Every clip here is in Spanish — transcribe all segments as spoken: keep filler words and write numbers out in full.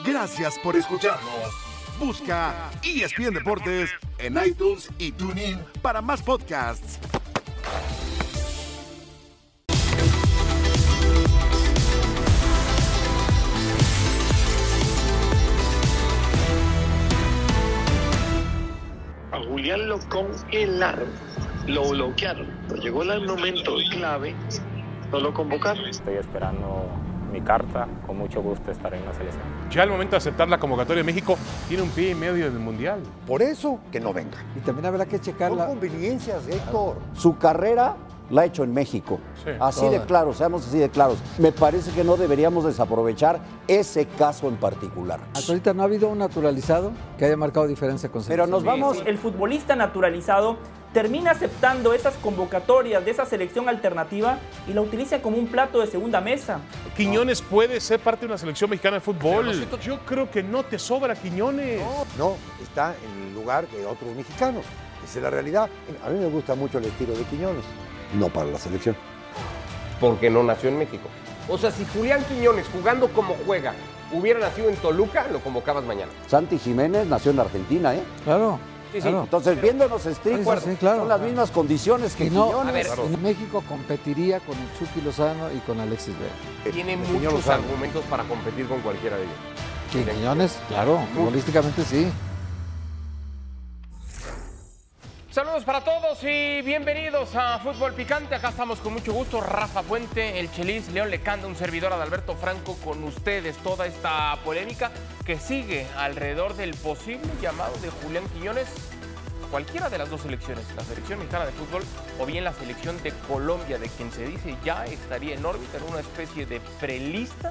Gracias por escucharnos. Busca E S P N Deportes en iTunes y TuneIn para más podcasts. A Julián lo congelaron, lo bloquearon. Pero llegó el momento clave, no lo convocaron. Estoy esperando mi carta, con mucho gusto estaré en la selección. Ya al momento de aceptar la convocatoria de México, tiene un pie y medio en el Mundial. Por eso que no venga. Y también habrá que checar Son la... conveniencias, Héctor. Su carrera la ha hecho en México. Sí, así toda. de claros, seamos así de claros. Me parece que no deberíamos desaprovechar ese caso en particular. Hasta ahorita no ha habido un naturalizado que haya marcado diferencia con Pero nos vamos... El futbolista naturalizado termina aceptando esas convocatorias de esa selección alternativa y la utiliza como un plato de segunda mesa. Quiñones puede ser parte de una selección mexicana de fútbol. Yo creo que no te sobra Quiñones. No, no, está en el lugar de otros mexicanos. Esa es la realidad. A mí me gusta mucho el estilo de Quiñones, no para la selección. Porque no nació en México. O sea, si Julián Quiñones, jugando como juega, hubiera nacido en Toluca, lo convocabas mañana. Santi Jiménez nació en Argentina, ¿eh? Claro. Sí, sí. Claro. Entonces, viéndonos estrictos, Sí, claro. son las mismas condiciones que Y no, Quiñones. a ver, en México competiría con el Chucky Lozano y con Alexis Vega. Tiene El señor muchos Lozano. argumentos para competir con cualquiera de ellos. ¿Quién, Quiñones? Claro, futbolísticamente sí. Saludos para todos y bienvenidos a Fútbol Picante. Acá estamos con mucho gusto. Rafa Puente, el Chelis, León Lecanda, un servidor Adalberto Franco con ustedes. Toda esta polémica que sigue alrededor del posible llamado de Julián Quiñones a cualquiera de las dos selecciones, la selección mexicana de fútbol o bien la selección de Colombia, de quien se dice ya estaría en órbita en una especie de prelista.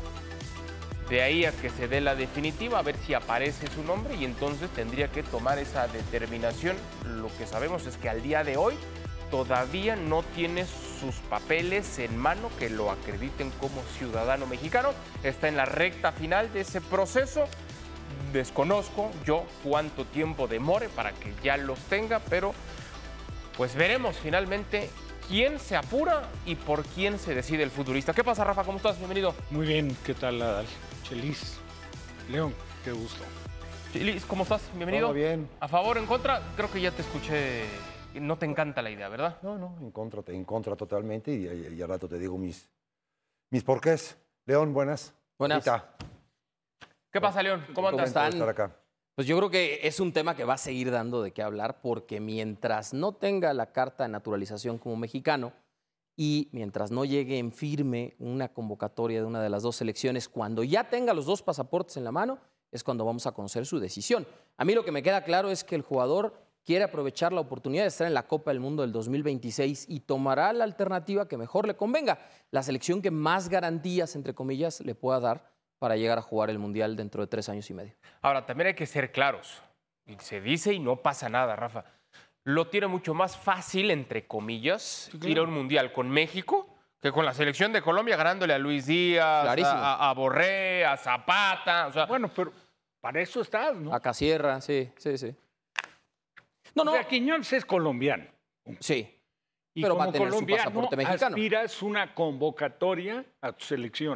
De ahí a que se dé la definitiva, a ver si aparece su nombre y entonces tendría que tomar esa determinación. Lo que sabemos es que al día de hoy todavía no tiene sus papeles en mano que lo acrediten como ciudadano mexicano. Está en la recta final de ese proceso. Desconozco yo cuánto tiempo demore para que ya los tenga, pero pues veremos finalmente quién se apura y por quién se decide el futbolista. ¿Qué pasa, Rafa? ¿Cómo estás? Bienvenido. Muy bien, ¿qué tal, Adal? Chelis, León, qué gusto. Chelis, ¿cómo estás? Bienvenido. Todo bien. ¿A favor o en contra? Creo que ya te escuché. No te encanta la idea, ¿verdad? No, no, en contra, en contra totalmente y, y, y al rato te digo mis, mis porqués. León, buenas. Buenas. Ahorita. ¿Qué pasa, León? ¿Cómo andas? están? Estar acá. Pues yo creo que es un tema que va a seguir dando de qué hablar porque mientras no tenga la carta de naturalización como mexicano y mientras no llegue en firme una convocatoria de una de las dos selecciones, cuando ya tenga los dos pasaportes en la mano, es cuando vamos a conocer su decisión. A mí lo que me queda claro es que el jugador quiere aprovechar la oportunidad de estar en la Copa del Mundo del dos mil veintiséis y tomará la alternativa que mejor le convenga, la selección que más garantías, entre comillas, le pueda dar para llegar a jugar el Mundial dentro de tres años y medio. Ahora, también hay que ser claros. Y se dice y no pasa nada, Rafa. Lo tiene mucho más fácil, entre comillas, sí, claro, ir a un Mundial con México que con la selección de Colombia ganándole a Luis Díaz, a, a Borré, a Zapata. O sea, bueno, pero para eso estás, ¿no? A Casierra, sí, sí, sí. No, no. O sea, Quiñones es colombiano. Sí. Y pero como va a tener colombiano su pasaporte mexicano. Aspiras una convocatoria a tu selección.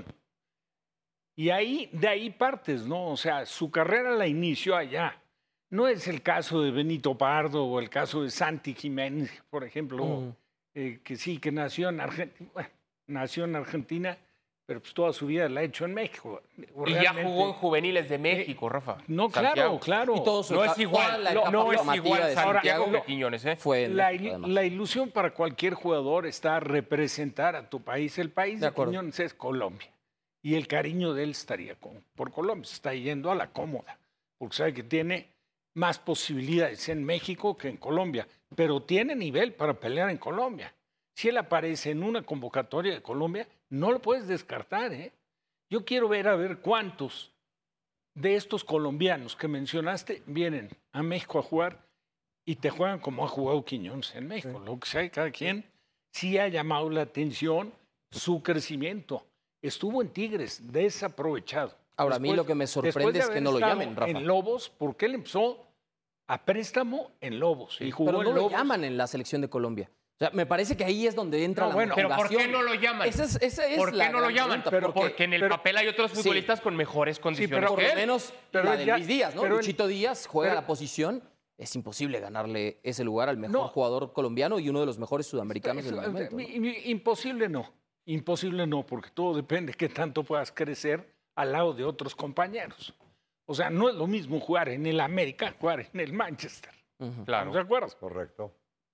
Y ahí, de ahí partes, ¿no? O sea, su carrera la inició allá. No es el caso de Benito Pardo o el caso de Santi Jiménez, por ejemplo, mm. eh, que sí, que nació en Argentina, bueno, nació en Argentina, pero pues toda su vida la ha hecho en México. Y ya jugó en juveniles de México, eh, Rafa. No, Santiago. claro, claro. Y todo su no es igual, la no, no es igual Santiago Ahora, que Quiñones, ¿eh? Fue en la, México, la ilusión para cualquier jugador está representar a tu país. El país de, de Quiñones es Colombia. Y el cariño de él estaría con, por Colombia. Se está yendo a la cómoda, porque sabe que tiene más posibilidades en México que en Colombia, pero tiene nivel para pelear en Colombia. Si él aparece en una convocatoria de Colombia, no lo puedes descartar, ¿eh? Yo quiero ver a ver cuántos de estos colombianos que mencionaste vienen a México a jugar y te juegan como ha jugado Quiñones en México. Sí. Lo que sea, cada quien sí ha llamado la atención su crecimiento. Estuvo en Tigres, desaprovechado. Ahora, después, a mí lo que me sorprende de es que no lo llamen, Rafa. En Lobos, porque él empezó a préstamo en Lobos. Y jugó Pero no en Lobos. lo llaman en la selección de Colombia. O sea, me parece que ahí es donde entra no, la bueno, motivación. Pero ¿por qué no lo llaman? Esa es, esa es ¿Por qué la no lo llaman? Pero porque, porque en el pero, papel hay otros futbolistas sí. con mejores condiciones. Sí, pero por que lo él. menos pero la de ya, Luis Díaz, ¿no? pero Luchito él, Díaz juega pero, la posición. Es imposible ganarle ese lugar al mejor no, jugador colombiano y uno de los mejores sudamericanos eso, del momento, ¿no? Imposible no. Imposible no, porque todo depende de qué tanto puedas crecer al lado de otros compañeros. O sea, no es lo mismo jugar en el América que jugar en el Manchester. Uh-huh. Claro. ¿Estamos de acuerdo? Correcto.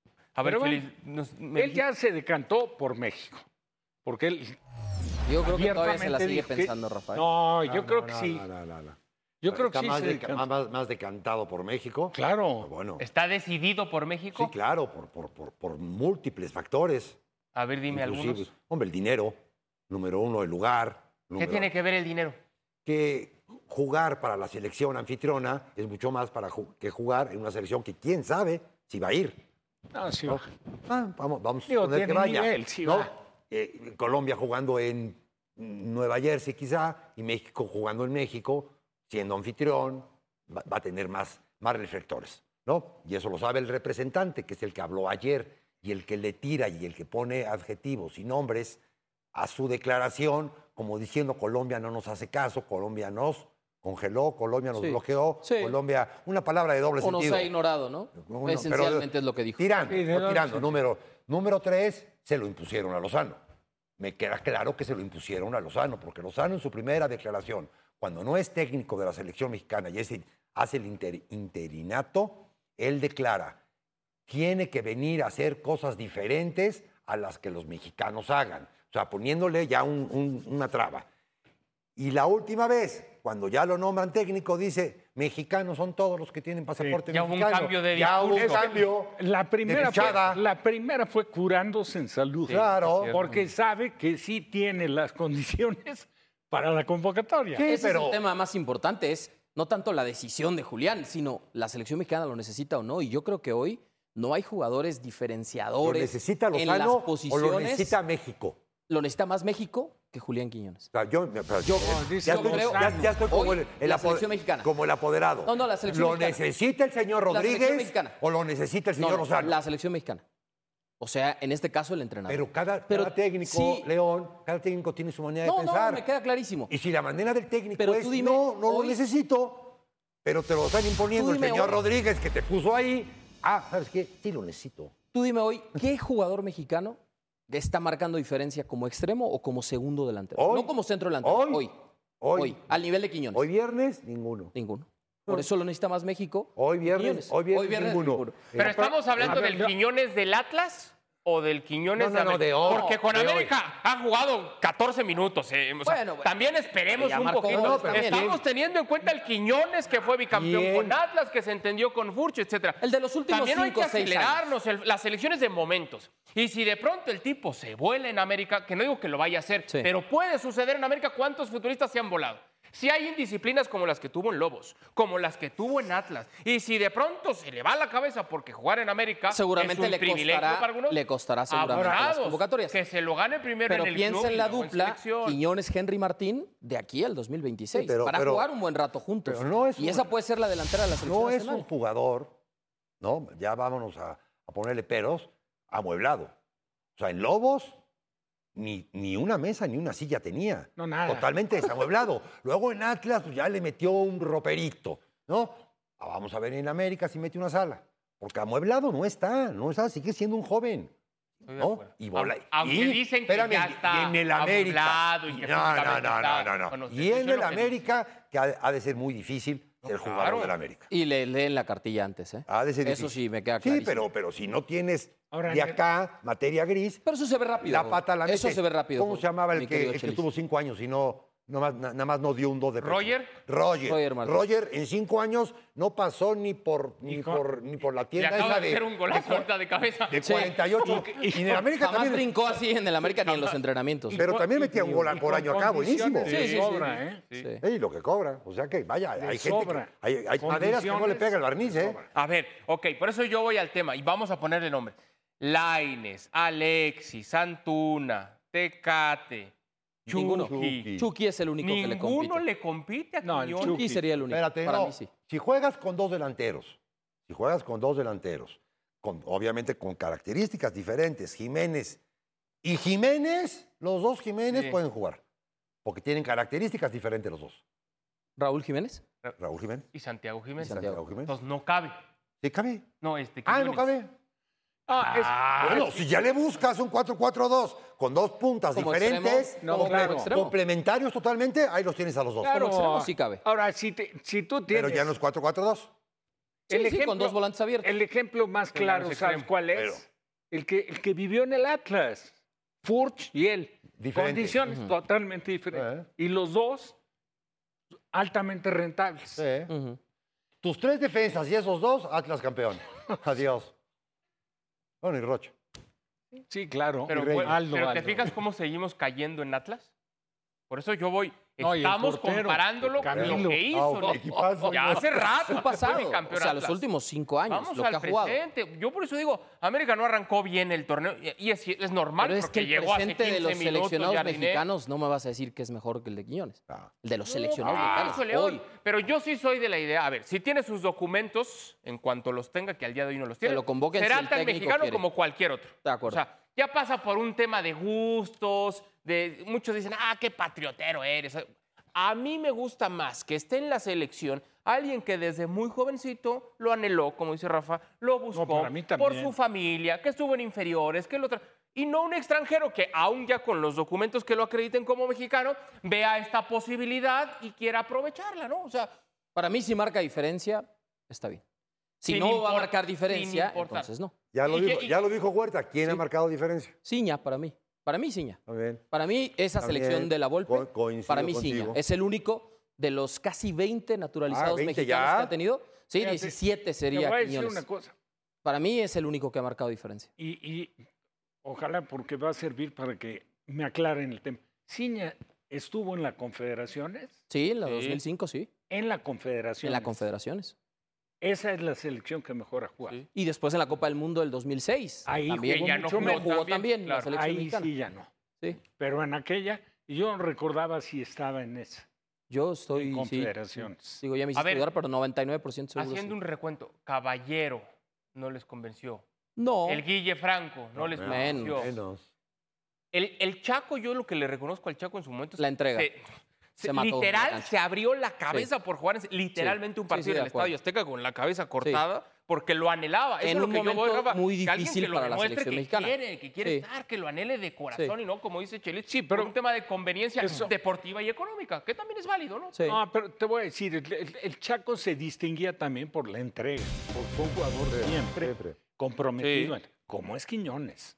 A ver, bueno, Feliz, nos, me... él ya se decantó por México. Porque él. Yo creo que todavía se la sigue pensando, que, Rafael. No, yo no, creo no, que no, sí. No, no, no, no. Yo creo Está que sí. Más, se deca más, más decantado por México. Claro. Bueno. ¿Está decidido por México? Sí, claro, por, por, por, por múltiples factores. A ver, dime Inclusive, algunos. Hombre, el dinero, número uno, el lugar. ¿Qué número, tiene que ver el dinero? Que jugar para la selección anfitriona es mucho más para ju que jugar en una selección que quién sabe si va a ir. No, sí ¿no? va. Ah, vamos, vamos Digo, a poner que vaya. Nivel, sí ¿no? va. Eh, Colombia jugando en Nueva Jersey quizá, y México jugando en México, siendo anfitrión, va, va a tener más, más reflectores, ¿no? Y eso lo sabe el representante, que es el que habló ayer, y el que le tira y el que pone adjetivos y nombres a su declaración, como diciendo Colombia no nos hace caso, Colombia nos congeló, Colombia nos sí. bloqueó, sí. Colombia, una palabra de doble o sentido. O nos ha ignorado, ¿no? Bueno, Esencialmente pero, es lo que dijo. Tirando, sí, no tirando. Número, número tres, se lo impusieron a Lozano. Me queda claro que se lo impusieron a Lozano, porque Lozano en su primera declaración, cuando no es técnico de la selección mexicana y es, hace el inter, interinato, él declara, tiene que venir a hacer cosas diferentes a las que los mexicanos hagan. O sea, poniéndole ya un, un, una traba. Y la última vez, cuando ya lo nombran técnico, dice, mexicanos son todos los que tienen pasaporte sí, ya mexicano. Ya hubo un cambio de Ya discurso. hubo un cambio la primera, de fue, la primera fue curándose en salud. Sí, claro. Porque sabe que sí tiene las condiciones para la convocatoria. Sí, Ese pero... es el tema más importante, es no tanto la decisión de Julián, sino la selección mexicana lo necesita o no. Y yo creo que hoy no hay jugadores diferenciadores ¿Lo necesita Lozano en las posiciones. o lo necesita México? Lo necesita más México que Julián Quiñones. O sea, yo, pero yo, no, ya, estoy, creo, ya, ya estoy como, hoy, el, el la apoder, selección mexicana. como el apoderado. No, no, la selección ¿Lo mexicana. necesita el señor Rodríguez o lo necesita el señor no, Lozano? La selección mexicana. O sea, en este caso el entrenador. Pero cada, pero cada técnico, sí, León, cada técnico tiene su manera no, de pensar. No, me queda clarísimo. Y si la manera del técnico pero es, tú dime, no, no hoy, lo necesito, pero te lo están imponiendo el señor hoy, Rodríguez que te puso ahí. Ah, ¿sabes qué? Sí lo necesito. Tú dime hoy, ¿qué jugador mexicano está marcando diferencia como extremo o como segundo delantero? Hoy, no como centro delantero, hoy, hoy, hoy, hoy, al nivel de Quiñones. Hoy viernes, ninguno. Ninguno. Por eso lo necesita más México. Hoy viernes, hoy viernes, hoy viernes ninguno. ninguno. Pero estamos hablando del yo... Quiñones del Atlas o del Quiñones no, no, no, de hoy. Porque con de América hoy. ha jugado catorce minutos. Eh. O sea, bueno, bueno, también esperemos un poquito. No, estamos bien. teniendo en cuenta el Quiñones que fue bicampeón bien. con Atlas, que se entendió con Furcho, etcétera. El de los últimos También cinco, hay que acelerarnos años. El, las elecciones de momentos. Y si de pronto el tipo se vuela en América, que no digo que lo vaya a hacer, sí. pero puede suceder en América, ¿cuántos futuristas se han volado? Si hay indisciplinas como las que tuvo en Lobos, como las que tuvo en Atlas, y si de pronto se le va la cabeza porque jugar en América seguramente es un le privilegio costará, para algunos, le costará seguramente las convocatorias. Que se lo gane primero pero en el piensa club en la dupla en Quiñones-Henry Martín de aquí al dos mil veintiséis, sí, pero, para pero, jugar un buen rato juntos. No es y un, esa puede ser la delantera de la selección No nacional. es un jugador, ¿no? Ya vámonos a, a ponerle peros, amueblado. O sea, en Lobos Ni, ni una mesa ni una silla tenía. No, nada. Totalmente desamueblado. Luego en Atlas pues, ya le metió un roperito, ¿no? Ah, vamos a ver en América si mete una sala. Porque amueblado no está, no está, sigue siendo un joven. ¿No? Y bola, Aunque y, dicen que espérame, ya está y en el América. Y que no, no, no, no, no, no. Bueno, y en el América, que ha, ha de ser muy difícil el no, jugador claro. del América. Y le leen la cartilla antes, ¿eh? Ha de ser Eso difícil. sí, me queda clarísimo. Sí, pero, pero si no tienes Ahora, de acá materia gris. Pero eso se ve rápido. La pata la mete. Eso se ve rápido. ¿Cómo se llamaba el que, el que Chelis. tuvo cinco años y no, no más, na, nada más no dio un dos de pecho? ¿Roger? Roger. Roger, Roger en cinco años no pasó ni por, ni por, ni por la Le tienda acaba esa de de, hacer un golazo ahorita de cabeza. de Sí. cuarenta y ocho. Y en el América Jamás también. brincó así en el América ni en los entrenamientos. Pero también metía un gol por año acá, buenísimo. Sí, sí, sí. Sobra, ¿eh? Sí. Sí. Y lo que cobra. O sea que, vaya, Le hay sobra. gente que, hay, hay maderas que no le pega el barniz, ¿eh? A ver, ok, por eso yo voy al tema y vamos a ponerle nombre. Lainez, Alexis, Antuna, Tecate, Ninguno. Chucky. Chucky es el único que le compite. Ninguno le compite a No, el Quiñones. Chucky sería el único. Espérate, Para no. mí sí. Si juegas con dos delanteros, si juegas con dos delanteros, con, obviamente con características diferentes. Jiménez y Jiménez, los dos Jiménez Sí. pueden jugar, porque tienen características diferentes los dos. ¿Raúl Jiménez? Raúl Jiménez. Y Santiago Jiménez. Y Santiago Jiménez. Entonces no cabe. ¿Sí cabe? No, este. Ah, no Quiñones. cabe. Ah, es- Ah, bueno, si ya le buscas un cuatro cuatro dos con dos puntas Como diferentes, extremo, no, comple- claro. extremo. complementarios totalmente, ahí los tienes a los dos. Claro. extremo sí cabe. Ahora, si, te- si tú tienes... Pero ya no es cuatro cuatro dos. Sí, sí, con dos volantes abiertos. El ejemplo más Pero claro, ya no es ¿sabes extremo. cuál es? Pero- El, que, el que vivió en el Atlas. Furch y él. Diferentes. Condiciones Ujú. totalmente diferentes. Y los dos altamente rentables. Sí. Ujú. Tus tres defensas y esos dos, Atlas campeón. Adiós. Bueno, y Rocha. Sí, claro. Pero, Y Rey. bueno, Aldo, pero ¿te Aldo. fijas cómo seguimos cayendo en Atlas? Por eso yo voy. No, y el Estamos portero, comparándolo con Camilo. lo que hizo. Ah, ¿no? equipazo. Ya hace rato. Un pasado. fue bicampeón O sea, los Atlas. últimos cinco años, Vamos lo que al ha jugado. presente. Yo por eso digo, América no arrancó bien el torneo. Y y es, es normal Pero es porque que el llegó hace presente de quince los minutos, seleccionados Jardiné. mexicanos no me vas a decir que es mejor que el de Quiñones. Ah. El de los seleccionados Ah, mexicanos. eso, León. Hoy. Pero yo sí soy de la idea, a ver, si tiene sus documentos, en cuanto los tenga, que al día de hoy no los tiene, lo convoquen será si el tan técnico mexicano quiere. como cualquier otro. De acuerdo. O sea, ya pasa por un tema de gustos, de muchos dicen, ah, qué patriotero eres. A mí me gusta más que esté en la selección alguien que desde muy jovencito lo anheló, como dice Rafa, lo buscó para mí por también. su familia, que estuvo en inferiores, que lo tra- y no un extranjero que aún ya con los documentos que lo acrediten como mexicano, vea esta posibilidad y quiera aprovecharla, ¿no? O sea, Para mí, si marca diferencia, está bien. Si Sin no va a import- marcar sin diferencia, importar. entonces no. Ya lo, Y que- dijo, y- ya lo dijo Huerta. ¿Quién ha marcado diferencia? Ciña, para mí. Para mí, Ciña. Está bien. Para mí, esa También selección de la Volpe, co- coincido para mí, contigo. Ciña. Es el único de los casi veinte naturalizados Ah, ¿veinte mexicanos ya? que ha tenido. Sí, Fíjate, diecisiete Te sería voy a decir Quiñones. una cosa. Para mí es el único que ha marcado diferencia. Y, y ojalá, porque va a servir para que me aclaren el tema. Ciña estuvo en la Confederaciones. Sí, en la Sí. dos mil cinco, sí. En la Confederación. En la Confederaciones. Esa es la selección que mejor ha jugado. Sí. Y después en la Copa del Mundo del dos mil seis. Ahí también jugó ya no mucho jugó mejor. jugó también, también la claro. selección Ahí mexicana. sí ya no. Sí. Pero en aquella, yo no recordaba si estaba en esa. Yo estoy, En sí, Confederaciones. digo, ya me A hiciste ver, dudar, pero noventa y nueve por ciento seguro haciendo sí. un recuento, Caballero no les convenció. No, El Guille Franco no les menos, convenció. Menos. El, el Chaco, yo lo que le reconozco al Chaco en su momento es La entrega. Se, se- Se mató en la literal, cancha. se abrió la cabeza por jugar en- literalmente un Sí, partido sí, de en el acuerdo. Estadio Azteca con la cabeza cortada porque lo anhelaba. Eso En es lo un que yo voy, momento Rafa, muy que alguien difícil que lo para la demuestre selección que mexicana. quiere, que quiere Sí. estar, que lo anhele de corazón Sí. y no, como dice Chelis, Sí, pero- por un tema de conveniencia Eso- deportiva y económica, que también es válido, ¿no? sí. No, pero te voy a decir, el, el- el Chaco se distinguía también por la entrega. Porque fue un jugador siempre, siempre. comprometido. Sí. Como es Quiñones.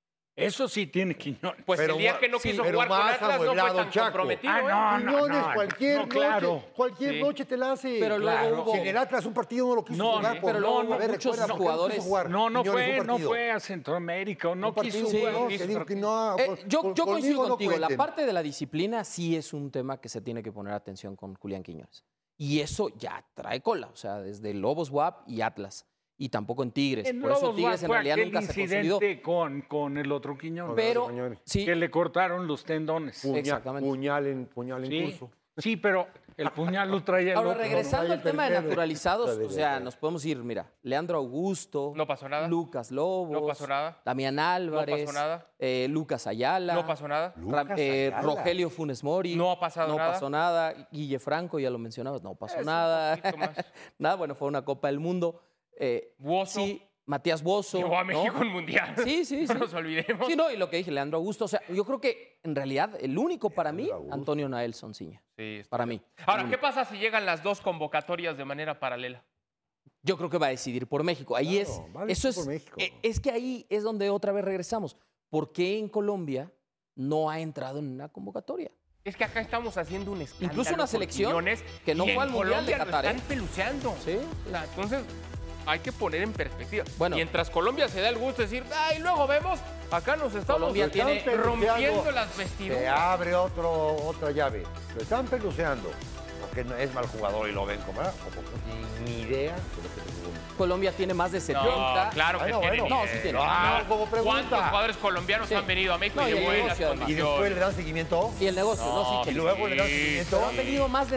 Eso sí tiene Quiñones. Pues Pero el día ma- que no sí, quiso pero jugar con más Atlas no fue amueblado tan Chaco. comprometido. Ah, ¿eh? no, no, Quiñones, no, cualquier no, claro. noche, cualquier Sí. noche te la hace. Pero luego Claro. hubo- Si en el Atlas un partido no lo quiso No, jugar. sí, por- pero luego a hubo ver, muchos recuerda, ¿por qué jugadores- quiso jugar No, no Quiñones fue, un no partido? fue a Centroamérica o no Un partido, quiso sí, jugar. no, quiso que digo que no, Eh, con- yo con- yo coincido conmigo no contigo. La cuenten. parte de la disciplina sí es un tema que se tiene que poner atención con Julián Quiñones. Y eso ya trae cola, o sea, desde Lobos W A P y Atlas. Y tampoco en Tigres. En Por eso Lobos Tigres en fue realidad aquel nunca se consolidó. incidente con, con el otro Quiñones. Pero, Quiñones. sí, Que le cortaron los tendones. Puñal- Exactamente. Puñal en, puñal en Sí, curso. sí, pero el puñal lo traía el ahora otro. regresando no, al tema de tercero. naturalizados, Está o bien, sea, bien. nos podemos ir, mira, Leandro Augusto. No pasó nada. Lucas Lobos. No pasó nada. Damián Álvarez. pasó nada. eh, Lucas Ayala. No pasó nada. Ra- Lucas eh, Ayala. Rogelio Funes Mori. No ha pasado no nada. pasó nada. Guille Franco, ya lo mencionabas, no pasó Es un nada. poquito más. Nada, bueno, fue una Copa del Mundo. Eh, Buoso. Sí, Matías Bozo. Llevó a ¿no? México en mundial. Sí, sí, sí. No nos olvidemos. Sí, no, y lo que dije, Leandro Augusto. O sea, yo creo que en realidad el único para mí, Augusto. Antonio Nael Sonciña. Sí, está Para bien. mí. Ahora, El ¿qué único. pasa si llegan las dos convocatorias de manera paralela? Yo creo que va a decidir por México. Ahí Claro, es. va a Eso decidir es. por México. eh, Es que ahí es donde otra vez regresamos. ¿Por qué en Colombia no ha entrado en una convocatoria? Es que acá estamos haciendo un escándalo. Incluso una con selección Quiñones, que no y fue en al Mundial de Colombia Qatar, lo ¿eh? están peluceando. Sí. O sea, entonces, hay que poner en perspectiva. Bueno. Mientras Colombia se da el gusto de decir, ay, luego vemos, acá nos estamos Colombia tiene- Están rompiendo peluceando. las Se vestiduras. abre otro, otra llave. Lo están peluceando. Porque no es mal jugador y lo ven como, ¿verdad? O porque no tienen ni idea de lo que es el fútbol. Colombia tiene más de setenta. No, claro que Bueno, tiene. bueno. No, sí tiene. Ah, como pregunta. ¿Cuántos jugadores colombianos Sí. han venido a México No, y y de el buenas negocio, además. Y después condiciones? le dan seguimiento. Y el negocio, no, sí Y tiene. luego le dan Sí, seguimiento. Pero han venido más de setenta.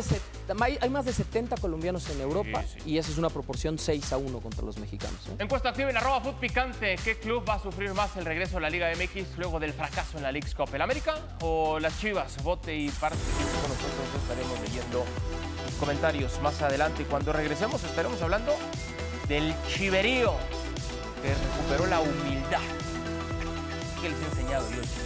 hay, hay más de setenta colombianos en Europa sí, sí. y esa es una proporción seis a uno contra los mexicanos. ¿eh? Encuesta activa en arroba Food Picante. ¿Qué club va a sufrir más el regreso a la Liga M X luego del fracaso en la Leagues Cup? ¿El América o las Chivas? Vote y participe con nosotros. Estaremos leyendo los comentarios más adelante. Y cuando regresemos estaremos hablando del chiverío que recuperó la humildad. ¿Qué les he enseñado yo, chicos?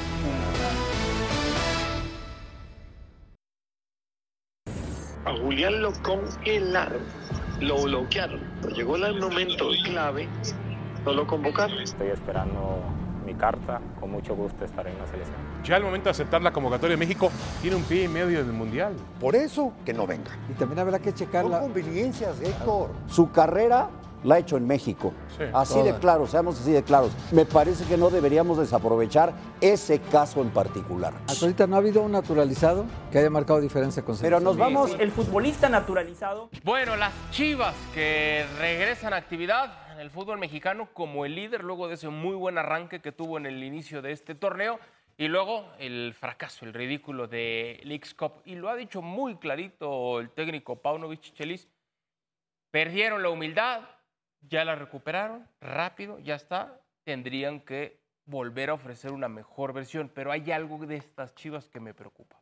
A Julián lo congelaron, lo bloquearon. Llegó el momento clave, no lo convocaron. Estoy esperando mi carta, con mucho gusto estaré en la selección. Ya el momento de aceptar la convocatoria de México tiene un pie y medio en el Mundial. Por eso que no venga. Y también habrá que checar Son la... conveniencias, Héctor. Su carrera la ha hecho en México. Sí, así toda. de claros, seamos así de claros. Me parece que no deberíamos desaprovechar ese caso en particular. Hasta ahorita no ha habido un naturalizado que haya marcado diferencia con Pero nos vamos... El futbolista naturalizado. Bueno, las Chivas que regresan a actividad en el fútbol mexicano como el líder luego de ese muy buen arranque que tuvo en el inicio de este torneo y luego el fracaso, el ridículo de Leagues Cup. Y lo ha dicho muy clarito el técnico Paunovic, Chelis. Perdieron la humildad, ya la recuperaron, rápido, ya está. Tendrían que volver a ofrecer una mejor versión, pero hay algo de estas Chivas que me preocupa.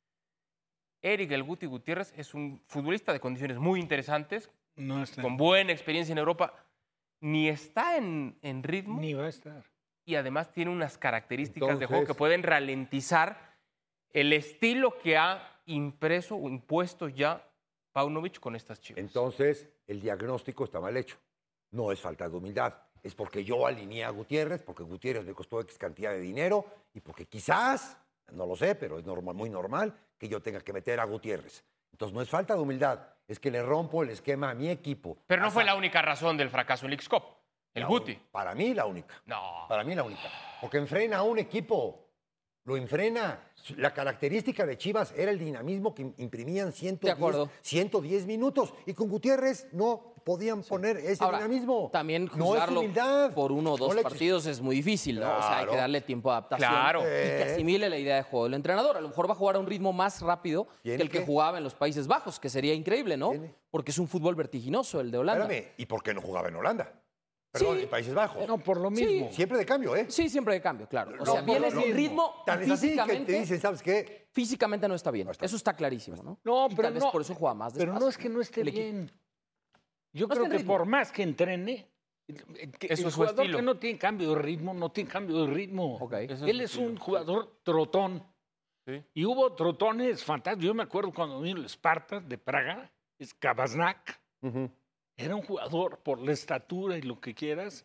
Eric El Guti Gutiérrez es un futbolista de condiciones muy interesantes, no está. Con buena experiencia en Europa. Ni está en, en ritmo. Ni va a estar. Y además tiene unas características Entonces, de juego que pueden ralentizar el estilo que ha impreso o impuesto ya Paunovic con estas Chivas. Entonces, el diagnóstico está mal hecho. No es falta de humildad. Es porque yo alineé a Gutiérrez, porque Gutiérrez me costó X cantidad de dinero y porque quizás, no lo sé, pero es normal, muy normal que yo tenga que meter a Gutiérrez. Entonces, no es falta de humildad, es que le rompo el esquema a mi equipo. Pero no Hasta fue la única razón del fracaso en Leagues Cup, el la Guti. un- Para mí, la única. No. Para mí, la única. Porque enfrena a un equipo. Lo enfrena. La característica de Chivas era el dinamismo que imprimían ciento diez, De acuerdo. ciento diez minutos. Y con Gutiérrez no podían poner ese Ahora, dinamismo. también no es juzgarlo humildad. por uno o dos No le- partidos es muy difícil, ¿no? O sea, hay Claro. que darle tiempo de adaptación Claro. y que Eh. asimile la idea de juego del entrenador. A lo mejor va a jugar a un ritmo más rápido que ¿Tiene el que que? jugaba en los Países Bajos, que sería increíble, ¿no? ¿Tiene? Porque es un fútbol vertiginoso el de Holanda. Espérame, ¿y por qué no jugaba en Holanda? Perdón, Sí. en Países Bajos. No, por lo mismo. Siempre de cambio, ¿eh? Sí, siempre de cambio, claro. O No, sea, por viene lo sin mismo. ritmo Tan y es así que físicamente, te dicen, ¿sabes qué? físicamente no está bien. No está. Eso está clarísimo, ¿no? No, Y pero tal vez no, por eso juega más Pero despacio. no es que no esté El equipo. bien. Yo No creo está en que ritmo. por más que entrene, eh, que Eso el es su jugador estilo. que no tiene cambio de ritmo, no tiene cambio de ritmo. Ok. Eso Él su es estilo. un jugador trotón. Sí. Y hubo trotones fantásticos. Yo me acuerdo cuando vino el Sparta de Praga, es Kabasnak. Era un jugador por la estatura y lo que quieras.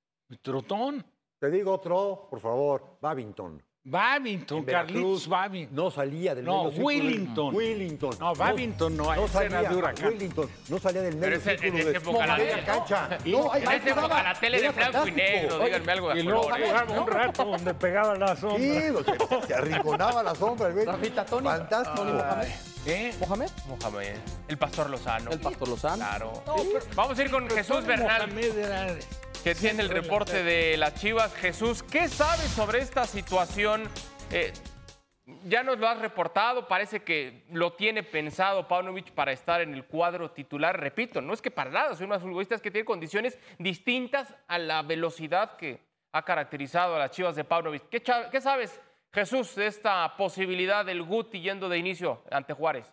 Trotón. Te digo otro, por favor, Babington. Babington, En Carlitos Veracruz Babington. No salía del No, medio círculo. Willington. Willington. No, Babington no, no ese era salía, de Huracán. Willington no salía del medio Pero ese- en círculo esa de época la media tele- cancha. Y- No, en En ahí esa época jugaba. la tele de Era blanco y fantástico. negro, Oye, díganme algo de Y luego colores. jugaba un rato donde pegaba la sombra. Sí, lo que- se arrinconaba la sombra. el güey. Rafita, Tony. Fantástico. Tony Mohamed. ¿Eh? ¿Mohamed? Mohamed, el Pastor Lozano. El Pastor Lozano. Claro. No, pero- Vamos a ir con Jesús Tony Bernal, Mohamed era- que tiene el reporte de las Chivas. Jesús, ¿qué sabes sobre esta situación? Eh, ya nos lo has reportado, parece que lo tiene pensado Paunovic para estar en el cuadro titular. Repito, no es que para nada, son unos futbolistas que tienen condiciones distintas a la velocidad que ha caracterizado a las Chivas de Paunovic. ¿Qué, cha- qué sabes, Jesús, de esta posibilidad del Guti yendo de inicio ante Juárez?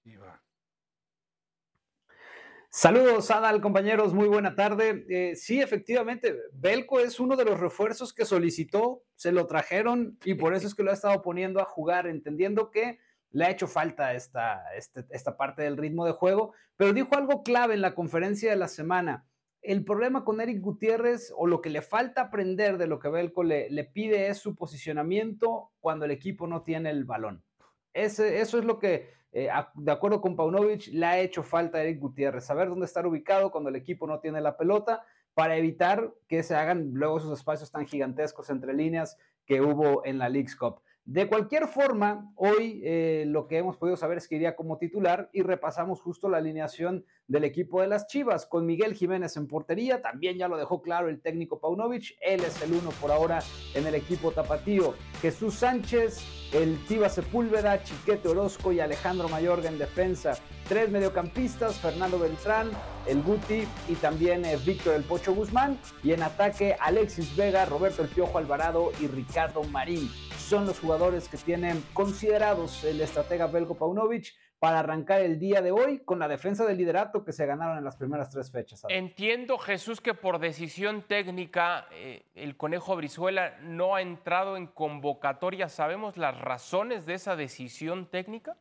Saludos, Adal, compañeros, muy buena tarde. Eh, sí, efectivamente, Belko es uno de los refuerzos que solicitó, se lo trajeron y por eso es que lo ha estado poniendo a jugar, entendiendo que le ha hecho falta esta, este, esta parte del ritmo de juego, pero dijo algo clave en la conferencia de la semana. El problema con Eric Gutiérrez, o lo que le falta aprender de lo que Belko le, le pide, es su posicionamiento cuando el equipo no tiene el balón. Ese, eso es lo que... Eh, a, de acuerdo con Paunovic, le ha hecho falta a Eric Gutiérrez, saber dónde estar ubicado cuando el equipo no tiene la pelota para evitar que se hagan luego esos espacios tan gigantescos entre líneas que hubo en la Leagues Cup. De cualquier forma, hoy eh, lo que hemos podido saber es que iría como titular y repasamos justo la alineación del equipo de las Chivas con Miguel Jiménez en portería, también ya lo dejó claro el técnico Paunovic, él es el uno por ahora en el equipo tapatío. Jesús Sánchez, el Tiva Sepúlveda, Chiquete Orozco y Alejandro Mayorga en defensa. Tres mediocampistas, Fernando Beltrán, el Guti y también eh, Víctor El Pocho Guzmán. Y en ataque, Alexis Vega, Roberto El Piojo Alvarado y Ricardo Marín. Son los jugadores que tienen considerados el estratega Veljko Paunovic para arrancar el día de hoy con la defensa del liderato que se ganaron en las primeras tres fechas. Entiendo, Jesús, que por decisión técnica eh, el Conejo Brizuela no ha entrado en convocatoria. ¿Sabemos las razones de esa decisión técnica?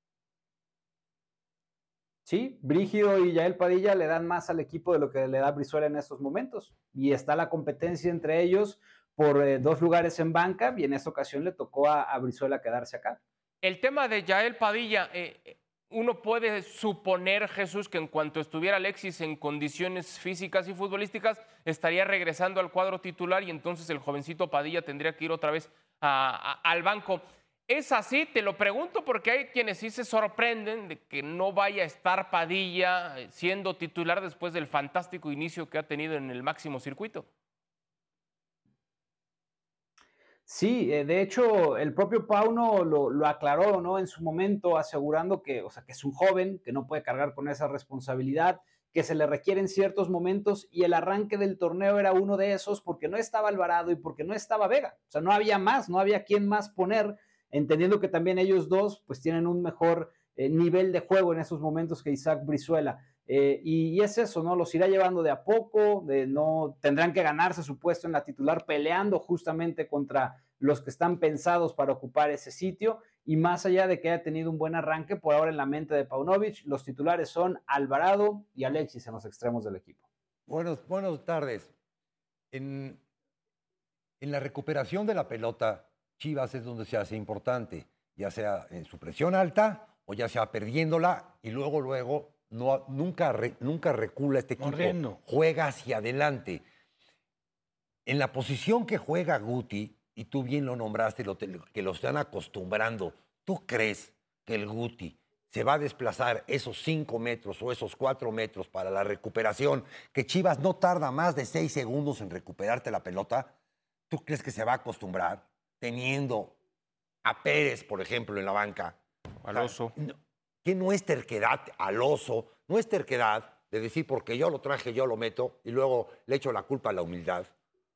Sí, Brígido y Yael Padilla le dan más al equipo de lo que le da Brizuela en estos momentos. Y está la competencia entre ellos por eh, dos lugares en banca y en esta ocasión le tocó a, a Brizuela quedarse acá. El tema de Yael Padilla, eh, uno puede suponer, Jesús, que en cuanto estuviera Alexis en condiciones físicas y futbolísticas, estaría regresando al cuadro titular y entonces el jovencito Padilla tendría que ir otra vez a, a, al banco. ¿Es así? Te lo pregunto porque hay quienes sí se sorprenden de que no vaya a estar Padilla siendo titular después del fantástico inicio que ha tenido en el máximo circuito. Sí, de hecho, el propio Pauno lo, lo aclaró, ¿no? En su momento, asegurando que, o sea, que es un joven, que no puede cargar con esa responsabilidad, que se le requieren ciertos momentos, y el arranque del torneo era uno de esos porque no estaba Alvarado y porque no estaba Vega. O sea, no había más, no había quien más poner, entendiendo que también ellos dos, pues, tienen un mejor eh, nivel de juego en esos momentos que Isaac Brizuela. Eh, y, y es eso, ¿no? Los irá llevando de a poco, de no tendrán que ganarse su puesto en la titular peleando justamente contra los que están pensados para ocupar ese sitio, y más allá de que haya tenido un buen arranque, por ahora en la mente de Paunovic, los titulares son Alvarado y Alexis en los extremos del equipo. Buenos, buenas tardes. En, en la recuperación de la pelota, Chivas es donde se hace importante, ya sea en su presión alta o ya sea perdiéndola y luego, luego No, nunca, re, nunca recula este equipo, Moreno. Juega hacia adelante. En la posición que juega Guti, y tú bien lo nombraste, lo, que lo están acostumbrando, ¿tú crees que el Guti se va a desplazar esos cinco metros o esos cuatro metros para la recuperación, que Chivas no tarda más de seis segundos en recuperarte la pelota? ¿Tú crees que se va a acostumbrar teniendo a Pérez, por ejemplo, en la banca? Al Oso. No, que no es terquedad al Oso, no es terquedad de decir porque yo lo traje, yo lo meto y luego le echo la culpa a la humildad.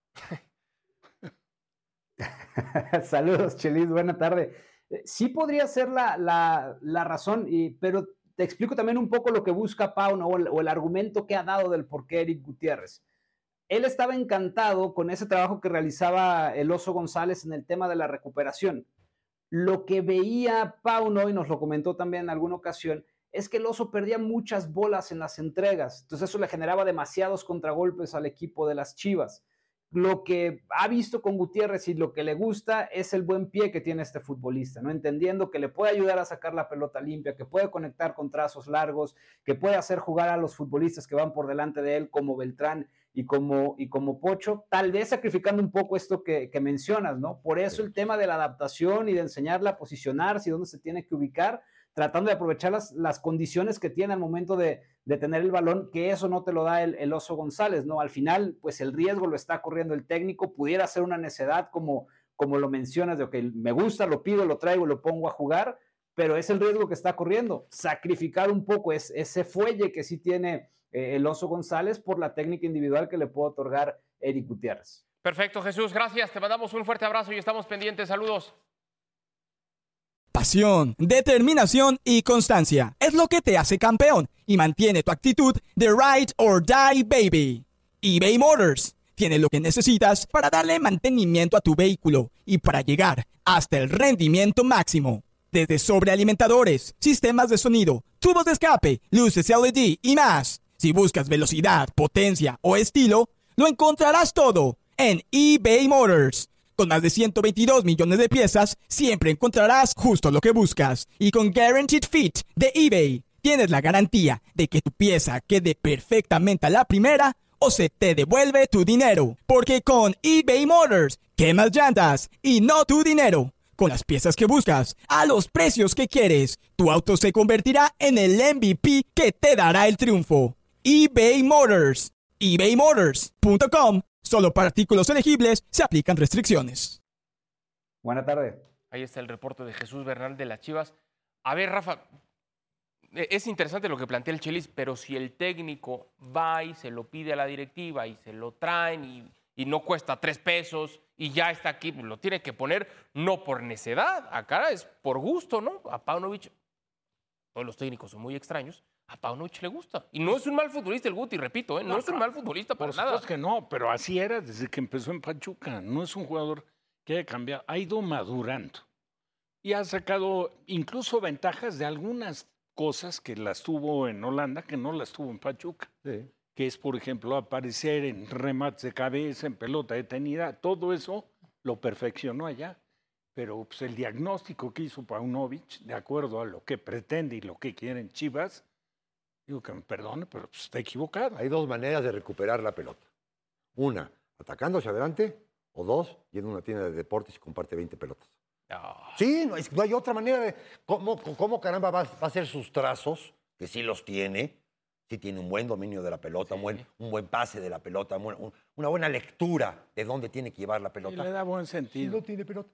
Saludos, Chelis, buena tarde. Sí podría ser la, la, la razón, y, pero te explico también un poco lo que busca Pau, ¿no? o, el, o el argumento que ha dado del por qué Eric Gutiérrez. Él estaba encantado con ese trabajo que realizaba el Oso González en el tema de la recuperación. Lo que veía Pauno, y nos lo comentó también en alguna ocasión, es que el Oso perdía muchas bolas en las entregas. Entonces eso le generaba demasiados contragolpes al equipo de las Chivas. Lo que ha visto con Gutiérrez y lo que le gusta es el buen pie que tiene este futbolista, ¿no? Entendiendo que le puede ayudar a sacar la pelota limpia, que puede conectar con trazos largos, que puede hacer jugar a los futbolistas que van por delante de él, como Beltrán y como, y como Pocho, tal vez sacrificando un poco esto que, que mencionas, ¿no? Por eso el tema de la adaptación y de enseñarle a posicionarse y dónde se tiene que ubicar, tratando de aprovechar las, las condiciones que tiene al momento de, de tener el balón, que eso no te lo da el, el Oso González, ¿no? Al final, pues el riesgo lo está corriendo el técnico, pudiera ser una necedad como, como lo mencionas, de que okay, me gusta, lo pido, lo traigo, lo pongo a jugar, pero es el riesgo que está corriendo, sacrificar un poco es, ese fuelle que sí tiene eh, el Oso González por la técnica individual que le puede otorgar Eric Gutiérrez. Perfecto, Jesús, gracias, te mandamos un fuerte abrazo y estamos pendientes, saludos. Pasión, determinación y constancia es lo que te hace campeón y mantiene tu actitud de ride or die, baby. eBay Motors tiene lo que necesitas para darle mantenimiento a tu vehículo y para llegar hasta el rendimiento máximo. Desde sobrealimentadores, sistemas de sonido, tubos de escape, luces L E D y más. Si buscas velocidad, potencia o estilo, lo encontrarás todo en eBay Motors. Con más de ciento veintidós millones de piezas, siempre encontrarás justo lo que buscas. Y con Guaranteed Fit de eBay, tienes la garantía de que tu pieza quede perfectamente a la primera o se te devuelve tu dinero. Porque con eBay Motors, quemas llantas y no tu dinero. Con las piezas que buscas, a los precios que quieres, tu auto se convertirá en el M V P que te dará el triunfo. eBay Motors. ebay motors punto com. Solo para artículos elegibles se aplican restricciones. Buenas tardes. Ahí Ahí está el reporte de Jesús Bernal de las Chivas. A ver, Rafa, es interesante lo que plantea el Chelis, pero si el técnico va y se lo pide a la directiva y se lo traen y, y no cuesta tres pesos y ya está aquí, lo tiene que poner no por necedad, acá es por gusto, ¿no? A Paunovic, todos los técnicos son muy extraños, a Paunovic le gusta. Y no es un mal futbolista el Guti, repito, ¿eh? no, no es un mal futbolista para por nada. Por supuesto que no, pero así era desde que empezó en Pachuca. No es un jugador que haya cambiado, ha ido madurando. Y ha sacado incluso ventajas de algunas cosas que las tuvo en Holanda, que no las tuvo en Pachuca. Sí. Que es, por ejemplo, aparecer en remates de cabeza, en pelota detenida. Todo eso lo perfeccionó allá. Pero pues, el diagnóstico que hizo Paunovic, de acuerdo a lo que pretende y lo que quieren Chivas, digo que me perdone, pero pues, está equivocado. Hay dos maneras de recuperar la pelota. Una, atacando hacia adelante, o dos, yendo a una tienda de deportes y comparte veinte pelotas. Oh. Sí, no, es, no hay otra manera de... ¿Cómo, cómo caramba va, va a hacer sus trazos? Que sí los tiene. Sí tiene un buen dominio de la pelota, sí. un, buen, un buen pase de la pelota, un, una buena lectura de dónde tiene que llevar la pelota. Y le da buen sentido. Sí, no tiene pelota.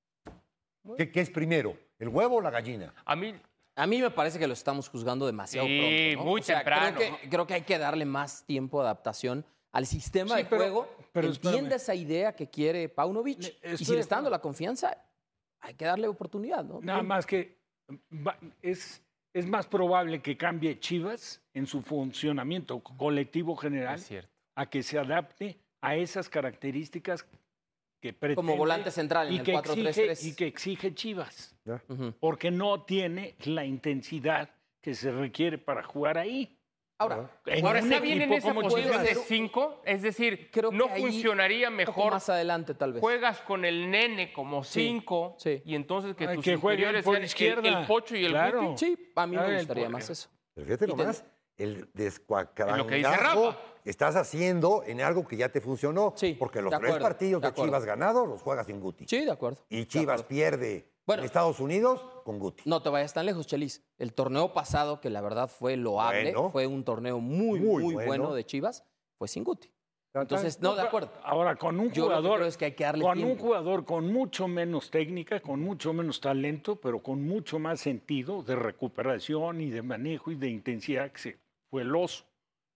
¿Qué, ¿Qué es primero, el huevo o la gallina? A mí... A mí me parece que lo estamos juzgando demasiado sí, pronto, ¿no? muy o sea, temprano. Creo que, creo que hay que darle más tiempo de adaptación al sistema sí, de pero, juego. Pero entiende esa idea que quiere Paunovic le, y si le está dando la confianza, hay que darle oportunidad, ¿no? Nada más que va, es, es más probable que cambie Chivas en su funcionamiento colectivo general a que se adapte a esas características que pretende, como volante central en y el que cuatro tres tres. Y que exige Chivas, uh-huh. porque no tiene la intensidad que se requiere para jugar ahí. Ahora, ahora está bien en esa posición de cinco, es decir, creo que no funcionaría mejor más adelante tal vez. Juegas con el nene como cinco sí, sí. y entonces que Ay, tus que interiores por sean izquierda. El, el Pocho y el claro. Guti. Sí, a mí me Ay, gustaría porque... más eso. Pero fíjate nomás, el descuacrangazo que dice Rafa. que estás haciendo en algo que ya te funcionó. Sí, porque los de tres acuerdo, partidos de, de acuerdo. Chivas ganados los juegas sin Guti. Sí, de acuerdo. Y Chivas pierde bueno, en Estados Unidos con Guti. No te vayas tan lejos, Chelis. El torneo pasado, que la verdad fue loable, bueno, fue un torneo muy, muy, muy bueno. bueno de Chivas, fue sin Guti. Entonces, no, de acuerdo. Ahora, con un Yo jugador, lo que creo es que hay que darle con tiempo. un jugador con mucho menos técnica, con mucho menos talento, pero con mucho más sentido de recuperación y de manejo y de intensidad, que se, fue el Oso.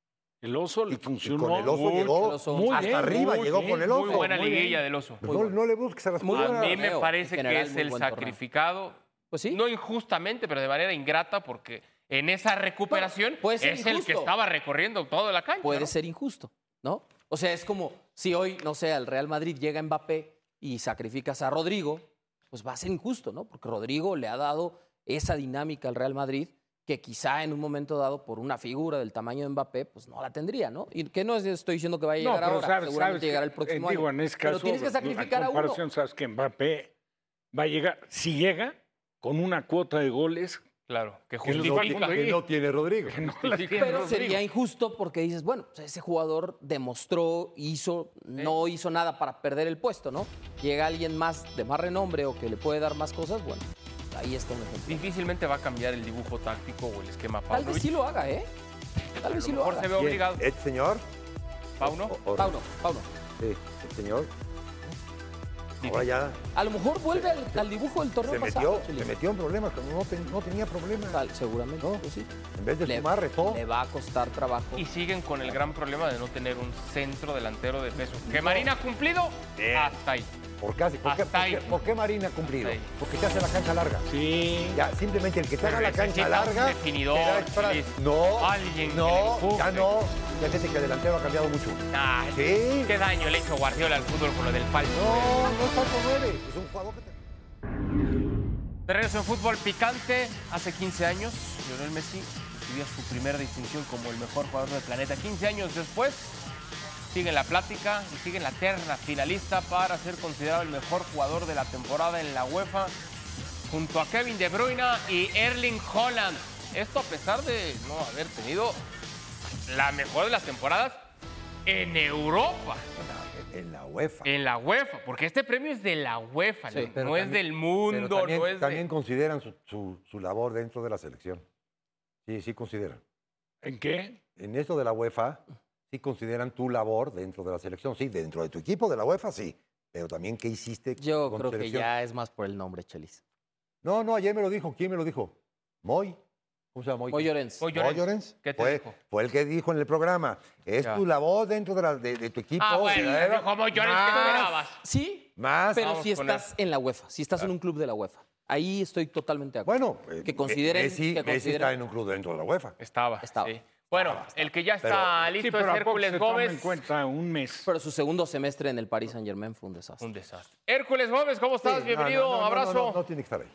El Oso le funcionó. Y con el Oso muy, llegó el oso, muy hasta bien, arriba, muy llegó bien, con el Oso. Muy buena muy liguilla bien. del Oso. Pues no, no le busques a las A mí me torneo, parece en general, que es muy el buen sacrificado, pues sí. no injustamente, pero de manera ingrata, porque en esa recuperación no, puede ser es injusto. el que estaba recorriendo toda la cancha. Puede ¿no? ser injusto, ¿no? O sea, es como si hoy, no sé, al Real Madrid llega Mbappé y sacrificas a Rodrigo, pues va a ser injusto, ¿no? Porque Rodrigo le ha dado esa dinámica al Real Madrid que quizá en un momento dado, por una figura del tamaño de Mbappé, pues no la tendría, ¿no? Y que no estoy diciendo que vaya a llegar no, pero ahora, sabes, seguramente sabes llegará que, el próximo eh, digo, año. en ese Pero caso, tienes que sacrificar la a uno. comparación, sabes que Mbappé va a llegar, si llega, con una cuota de goles. Claro, que Que no, justifica. que no tiene Rodrigo. Que no la tiene Pero Rodrigo. sería injusto porque dices, bueno, pues ese jugador demostró, hizo, no hizo nada para perder el puesto, ¿no? Llega alguien más de más renombre o que le puede dar más cosas, bueno, ahí está un ejemplo. Difícilmente va a cambiar el dibujo táctico o el esquema Tal Paunovic. vez sí lo haga, ¿eh? Tal vez sí lo mejor haga. se ve obligado. ¿Este señor? ¿Pauno? O- o- Pauno, Pauno. Sí, el señor. Ahora ya A lo mejor vuelve al, al dibujo del torneo se pasado. metió, Chelis. se metió en problemas, pero no, ten- no tenía problemas. Tal, seguramente, ¿No? pues sí. En vez de Le, sumar, retó. le va a costar trabajo. Y siguen con el gran problema de no tener un centro delantero de peso. ¿Que Marina ha cumplido? Bien. Hasta ahí. ¿Por qué, ¿Por, qué, Hasta por, ahí. qué, por qué Marina ha cumplido? Hasta ahí. Porque te hace la cancha larga. Sí. Ya, simplemente el que te haga la cancha Necesita un larga. definidor, te da para- Chelis. No, Alguien que le no, empuje. ya no. Ya fíjate que el delantero ha cambiado mucho. Ah, Sí. ¿Qué daño le hizo Guardiola al fútbol con lo del falso? No, no es falso nueve. Es un jugador que te... De regreso en fútbol picante, hace quince años, Lionel Messi recibió su primera distinción como el mejor jugador del planeta. quince años después, sigue en la plática y sigue en la terna finalista para ser considerado el mejor jugador de la temporada en la UEFA, junto a Kevin De Bruyne y Erling Haaland. Esto a pesar de no haber tenido la mejor de las temporadas en Europa. En la UEFA. En la UEFA, porque este premio es de la UEFA, Sí, no, Pero no es también- del mundo, pero también, no es también de... consideran su, su, su labor dentro de la selección. Sí, sí consideran. ¿En qué? En esto de la UEFA, sí consideran tu labor dentro de la selección. Sí, dentro de tu equipo de la UEFA, sí. pero también qué hiciste Yo con creo tu que selección. ya es más por el nombre, Chelis. No, no, ayer me lo dijo. ¿Quién me lo dijo? Moy. ¿Cómo se llama Moy? Moy Llorens. Moy Moy Llorens. Llorens. ¿Qué te fue, dijo? Fue el que dijo en el programa. Es Ya. tu labor dentro de, la, de, de tu equipo. Ah, bueno, ¿verdad? dijo Moy Llorens, ¿qué Más, esperabas? Sí, Más. pero Vamos si con estás en la UEFA, si estás en un club de la UEFA, ahí estoy totalmente de acuerdo. Bueno, que eh, consideren, Messi, que Messi consideren- está en un club dentro de la UEFA. Estaba, Estaba. sí. Bueno, Estaba, estaba. el que ya Pero- está Sí, listo pero es ¿a poco Hércules se toma Gómez. en cuenta un mes? Pero su segundo semestre en el Paris Saint Germain fue un desastre. Un desastre. Hércules Gómez, ¿cómo estás? Sí, Bienvenido, no, no, no, abrazo. No, no, no tiene que estar ahí.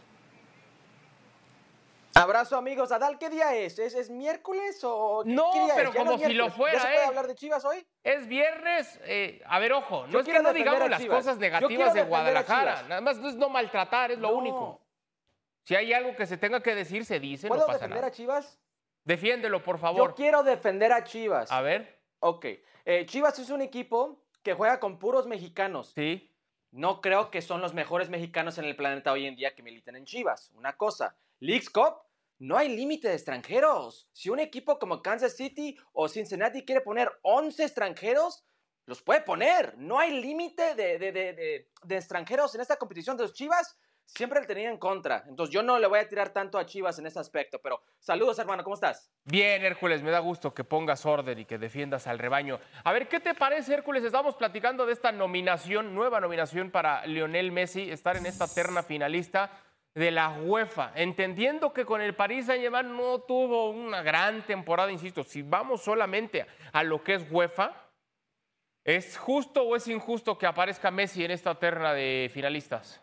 Abrazo, amigos. Adal, ¿qué día es? ¿Es, es miércoles o qué, No, qué día pero es? Ya como es si lo miércoles. fuera, ¿Ya se puede ¿eh? hablar de Chivas hoy? Es viernes. eh, a ver, ojo, no Yo es que quiero no defender digamos a las Chivas. cosas Yo negativas quiero de defender a Guadalajara. Chivas. Nada más es no maltratar, es lo No. único. Si hay algo que se tenga que decir, se dice, no ¿Puedo pasa defender nada. a Chivas? Defiéndelo, por favor. Yo quiero defender a Chivas. A ver. Ok. Eh, Chivas es un equipo que juega con puros mexicanos. Sí. No creo que son los mejores mexicanos en el planeta hoy en día que militan en Chivas. Una cosa. Leagues Cup, no hay límite de extranjeros. Si un equipo como Kansas City o Cincinnati quiere poner once extranjeros, los puede poner. No hay límite de, de, de, de, de extranjeros en esta competición de los Chivas. Siempre le tenía en contra. Entonces yo no le voy a tirar tanto a Chivas en ese aspecto. Pero saludos, hermano. ¿Cómo estás? Bien, Hércules, me da gusto que pongas orden y que defiendas al rebaño. A ver, ¿qué te parece, Hércules? Estamos platicando de esta nominación, nueva nominación para Lionel Messi, estar en esta terna finalista de la UEFA, entendiendo que con el Paris Saint-Germain no tuvo una gran temporada, insisto, si vamos solamente a lo que es UEFA, ¿es justo o es injusto que aparezca Messi en esta terna de finalistas?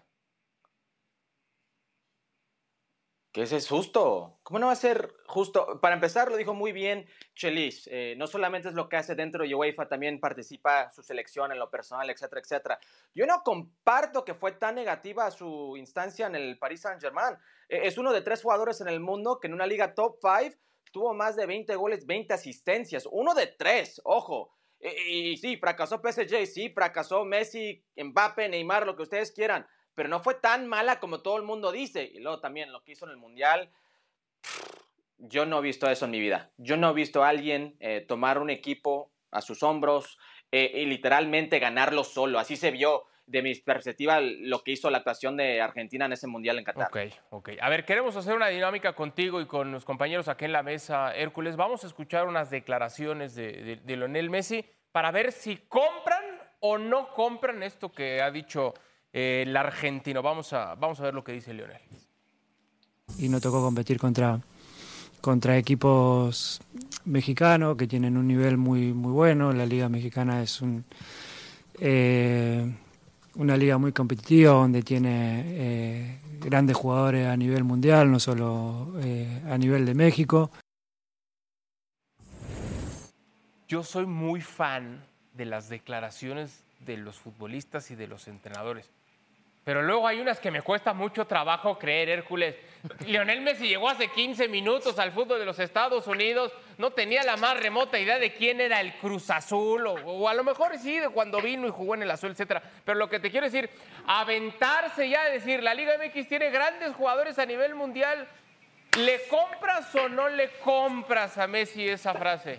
Que ese es justo. ¿Cómo no va a ser justo? Para empezar, lo dijo muy bien Chelis. Eh, no solamente es lo que hace dentro de UEFA, también participa su selección en lo personal, etcétera, etcétera. Yo no comparto que fue tan negativa su instancia en el Paris Saint-Germain. Eh, es uno de tres jugadores en el mundo que en una liga top cinco tuvo más de veinte goles, veinte asistencias. Uno de tres, ojo. Eh, y sí, fracasó P S G, sí, fracasó Messi, Mbappé, Neymar, lo que ustedes quieran. Pero no fue tan mala como todo el mundo dice. Y luego también lo que hizo en el Mundial, yo no he visto eso en mi vida. Yo no he visto a alguien eh, tomar un equipo a sus hombros eh, y literalmente ganarlo solo. Así se vio, de mi perspectiva, lo que hizo la actuación de Argentina en ese Mundial en Qatar. Ok, ok. A ver, queremos hacer una dinámica contigo y con los compañeros aquí en la mesa, Hércules. Vamos a escuchar unas declaraciones de, de, de Lionel Messi para ver si compran o no compran esto que ha dicho Eh, el argentino. Vamos a, vamos a ver lo que dice Lionel. Y no tocó competir contra, contra equipos mexicanos que tienen un nivel muy, muy bueno. La liga mexicana es un, eh, una liga muy competitiva donde tiene eh, grandes jugadores a nivel mundial, no solo eh, a nivel de México. Yo soy muy fan de las declaraciones de los futbolistas y de los entrenadores. Pero luego hay unas que me cuesta mucho trabajo creer, Hércules. Lionel Messi llegó hace quince minutos al fútbol de los Estados Unidos, no tenía la más remota idea de quién era el Cruz Azul, o, o a lo mejor sí, de cuando vino y jugó en el Azul, etcétera. Pero lo que te quiero decir, aventarse ya a decir, la Liga M X tiene grandes jugadores a nivel mundial, ¿le compras o no le compras a Messi esa frase?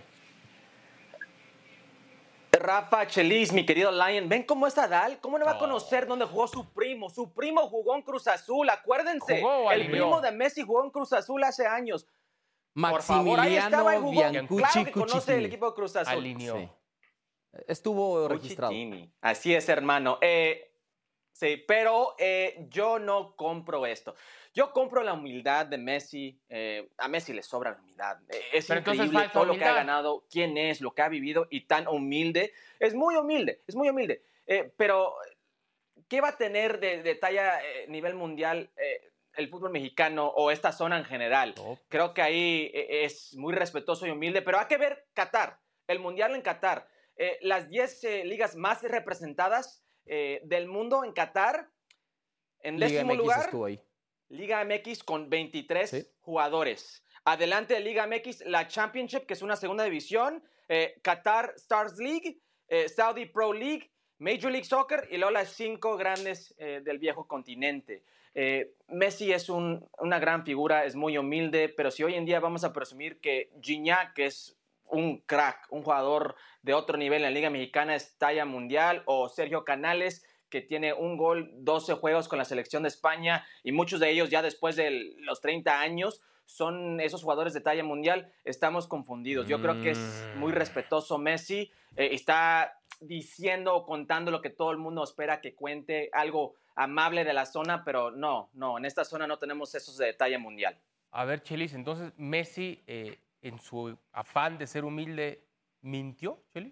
Rafa, Chelis, mi querido Lion, ¿ven cómo está Dal? ¿Cómo no va a conocer dónde jugó su primo? Su primo jugó en Cruz Azul, acuérdense. ¿Jugó o el alineó? primo de Messi jugó en Cruz Azul hace años. Por favor, ahí Maximiliano estaba y jugó. Biancucci Claro que conoce Cucitini. el equipo de Cruz Azul. Alineó. Sí. Estuvo registrado. Cucitini. Así es, hermano. Eh, sí, pero eh, yo no compro esto. Yo compro la humildad de Messi. Eh, a Messi le sobra la humildad. Eh, es Pero entonces increíble falta todo lo que ha humildad. ganado, quién es, lo que ha vivido y tan humilde. Es muy humilde, es muy humilde. Eh, pero, ¿qué va a tener de, de talla eh, nivel mundial eh, el fútbol mexicano o esta zona en general? No. Creo que ahí eh, es muy respetuoso y humilde, pero hay que ver Qatar, el mundial en Qatar. Eh, las diez eh, ligas más representadas eh, del mundo en Qatar, en Liga décimo M X lugar, estuvo ahí. Liga M X con veintitrés Sí. jugadores. Adelante de Liga M X, la Championship, que es una segunda división, eh, Qatar Stars League, eh, Saudi Pro League, Major League Soccer y luego las cinco grandes eh, del viejo continente. Eh, Messi es un, una gran figura, es muy humilde, pero si hoy en día vamos a presumir que Gignac, que es un crack, un jugador de otro nivel en la Liga Mexicana, es talla mundial, o Sergio Canales, que tiene un gol, doce juegos con la selección de España, y muchos de ellos ya después de los treinta años son esos jugadores de talla mundial. Estamos confundidos. Yo creo que es muy respetuoso Messi, eh, está diciendo o contando lo que todo el mundo espera que cuente, algo amable de la zona, pero no, no, en esta zona no tenemos esos de talla mundial. A ver, Chelis, entonces Messi, eh, en su afán de ser humilde, ¿mintió, Chelis?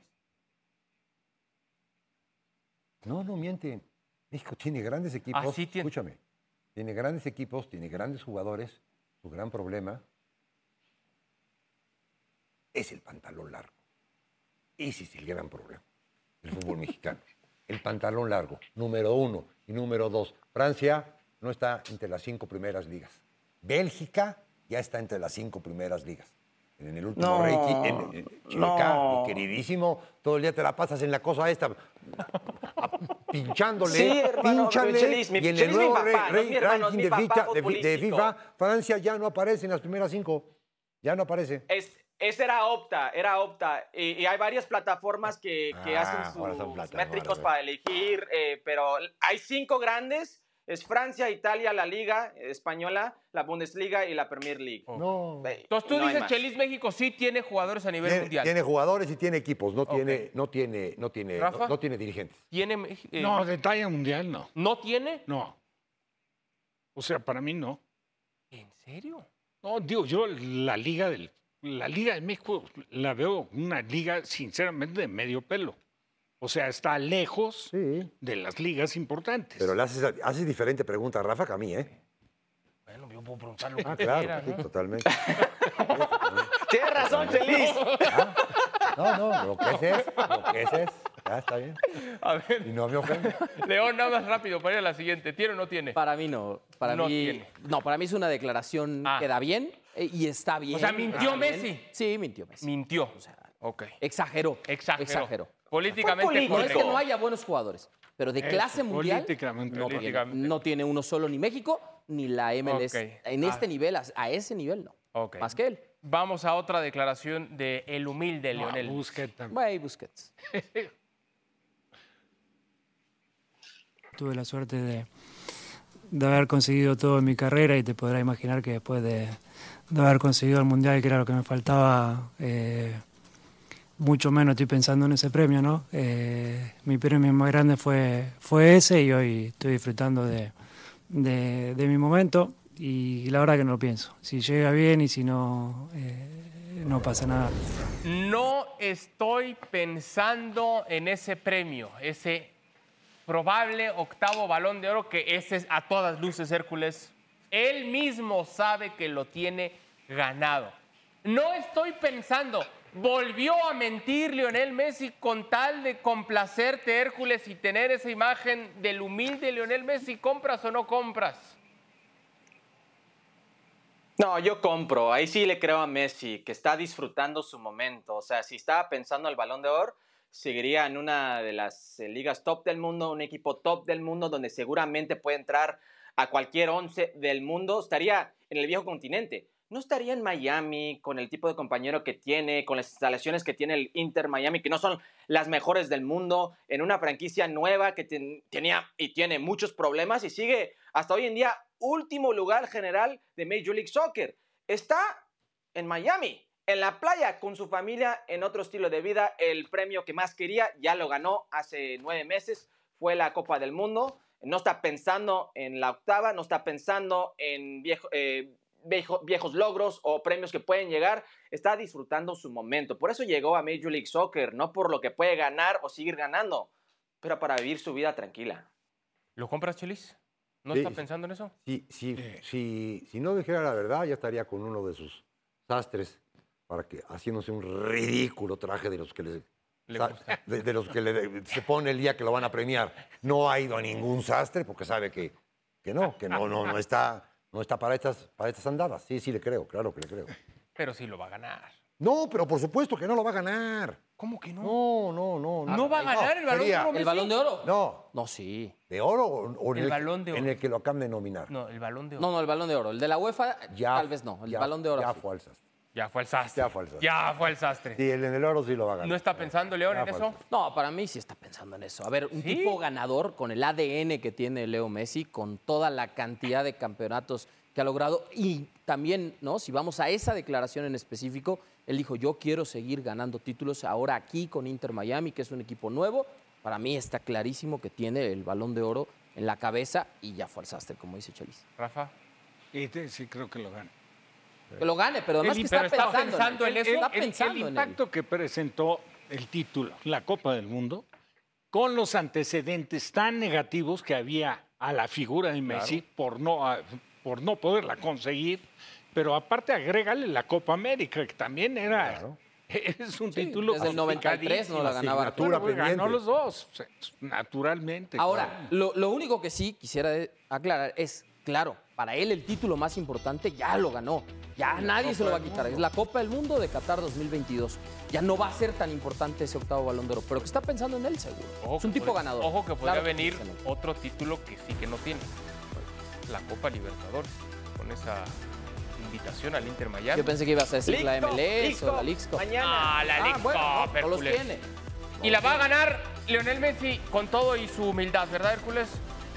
No, no miente. México tiene grandes equipos. Ah, sí tiene. Escúchame. Tiene grandes equipos, tiene grandes jugadores. Su gran problema es el pantalón largo. Ese es el gran problema del fútbol mexicano. El pantalón largo, número uno. Y número dos, Francia no está entre las cinco primeras ligas. Bélgica ya está entre las cinco primeras ligas. En el último No, ranking, en, en Checa, no. mi queridísimo, todo el día te la pasas en la cosa esta, pinchándole, Sí, hermano, pínchale, Chelis, mi- y en el Chelis es mi nuevo papá, re- no es re- mi hermano, es ranking mi de, papá FIFA, de, de futbolístico. FIFA, Francia ya no aparece en las primeras cinco. Ya no aparece. Es, ese era Opta, era Opta. Y, y hay varias plataformas que, que Ah, hacen ahora son sus plataformas, métricos ¿eh? para elegir, eh, pero hay cinco grandes. Es Francia, Italia, la Liga Española, la Bundesliga y la Premier League. No. Entonces tú No hay dices, más. Chelis, México sí tiene jugadores a nivel Tiene, mundial. tiene jugadores y tiene equipos, no tiene, no tiene, no tiene, ¿Rafa? no, no tiene dirigentes. ¿Tiene, eh, No, de talla mundial no. ¿No tiene? No. O sea, para mí no. ¿En serio? No, digo, yo la Liga del, la Liga de México la veo una liga, sinceramente, de medio pelo. O sea, está lejos de las ligas importantes. Pero le haces, haces diferente pregunta a Rafa que a mí, ¿eh? Bueno, yo puedo preguntar lo que Ah, claro, quiera, sí, ¿no? totalmente. Tienes razón, Chelis. No, no, lo que ese es, lo que ese es. Ya está bien. A ver. Y no me ofende. León, nada más rápido para ir a la siguiente. ¿Tiene o no tiene? Para mí no. Para No mí, tiene. no, para mí es una declaración Ah. que da bien eh, y está bien. O sea, ¿mintió está bien. Messi? Sí, mintió Messi. Mintió. Ok. Exageró. Exageró. Exageró. Políticamente No es correcto. que no haya buenos jugadores, pero de Eso, clase mundial políticamente. no tiene, Políticamente. no tiene uno solo ni México ni la M L S. Ok. En Ah. este nivel, a, a ese nivel no. Ok. Más que él. Vamos a otra declaración de el humilde No, Lionel. Busquets también. Güey, Busquets. Tuve la suerte de, de haber conseguido todo en mi carrera y te podrás imaginar que después de, de haber conseguido el Mundial, que era lo que me faltaba, eh, mucho menos estoy pensando en ese premio, ¿no? Eh, mi premio más grande fue, fue ese y hoy estoy disfrutando de, de, de mi momento y la verdad que no lo pienso. Si llega bien y si no, eh, no pasa nada. No estoy pensando en ese premio, ese probable octavo Balón de Oro, que ese es a todas luces Hércules. Él mismo sabe que lo tiene ganado. No estoy pensando, volvió a mentir Lionel Messi con tal de complacerte, Hércules, y tener esa imagen del humilde Lionel Messi. ¿Compras o no compras? No, yo compro. Ahí sí le creo a Messi, que está disfrutando su momento. O sea, si estaba pensando el Balón de Oro, seguiría en una de las eh, ligas top del mundo, un equipo top del mundo, donde seguramente puede entrar a cualquier once del mundo. Estaría en el viejo continente. No estaría en Miami con el tipo de compañero que tiene, con las instalaciones que tiene el Inter Miami, que no son las mejores del mundo, en una franquicia nueva que ten, tenía y tiene muchos problemas y sigue hasta hoy en día último lugar general de Major League Soccer. Está en Miami, en la playa, con su familia, en otro estilo de vida. El premio que más quería ya lo ganó hace nueve meses, fue la Copa del Mundo. No está pensando en la octava, no está pensando en viejo, eh, viejo, viejos logros o premios que pueden llegar. Está disfrutando su momento. Por eso llegó a Major League Soccer, no por lo que puede ganar o seguir ganando, pero para vivir su vida tranquila. ¿Lo compras, Chelis? ¿No Sí, está sí. pensando en eso? Si, si, si, si no dijera la verdad, ya estaría con uno de sus sastres para que haciéndose un ridículo traje de los que le, Le sa- gusta. de, de los que le, se pone el día que lo van a premiar. No ha ido a ningún sastre porque sabe que, que no, que no, no, no está, no está para estas, para estas andadas. Sí, sí le creo, claro que le creo. Pero sí lo va a ganar. No, pero por supuesto que no lo va a ganar. ¿Cómo que no? No, no, no. ¿No va a ganar el Balón de sería- Oro, Messi? ¿El Balón de Oro? No. No, sí. ¿De oro o, o en, El el, Balón de Oro. en el que lo acaban de nominar? No, el Balón de Oro. No, no, el Balón de Oro. El de la UEFA, Ya- tal vez no. El ya- Balón de Oro. Ya sí. fue al sastre. Ya fue el sastre. Ya fue el sastre. Ya fue el sastre. Sí, el en el oro sí lo va a ganar. ¿No está pensando León Ya en fue eso? el sastre. No, para mí sí está pensando en eso. A ver, un ¿Sí? tipo ganador con el A D N que tiene Leo Messi, con toda la cantidad de campeonatos que ha logrado y también, ¿no? Si vamos a esa declaración en específico, él dijo, yo quiero seguir ganando títulos ahora aquí con Inter Miami, que es un equipo nuevo. Para mí está clarísimo que tiene el Balón de Oro en la cabeza y ya fue el sastre, como dice Chelis. Rafa. Y te- sí, creo que lo gane. Que lo gane, pero además El- que está, pero está pensando, pensando en él. eso. Está El- el, pensando el en él. impacto que presentó el título, la Copa del Mundo, con los antecedentes tan negativos que había a la figura de Messi por, no, a- por no poderla conseguir, pero aparte agrégale la Copa América, que también era... Es un Sí, título desde el noventa y tres no la ganaba. Bueno, pues, pendiente. ganó los dos, o sea, naturalmente. Ahora, claro. lo, lo único que sí quisiera de- aclarar es, claro, para él el título más importante ya lo ganó. Ya nadie se lo va a quitar. Es la Copa del Mundo de Qatar dos mil veintidós. Ya no va a ser tan importante ese octavo Balón de Oro, pero que está pensando en él seguro. Ojo es un que tipo pod- ganador. Ojo que podría Claro que venir piensa en él. otro título que sí que no tiene. La Copa Libertadores. Con esa invitación al Inter Miami. Yo pensé que ibas a decir la League M Cup, L League S o la Cup, League Cup. mañana. Ah, la Ah, League bueno, Cup, no, no los Hércules. tiene. Y la va a ganar Lionel Messi con todo y su humildad, ¿verdad, Hércules?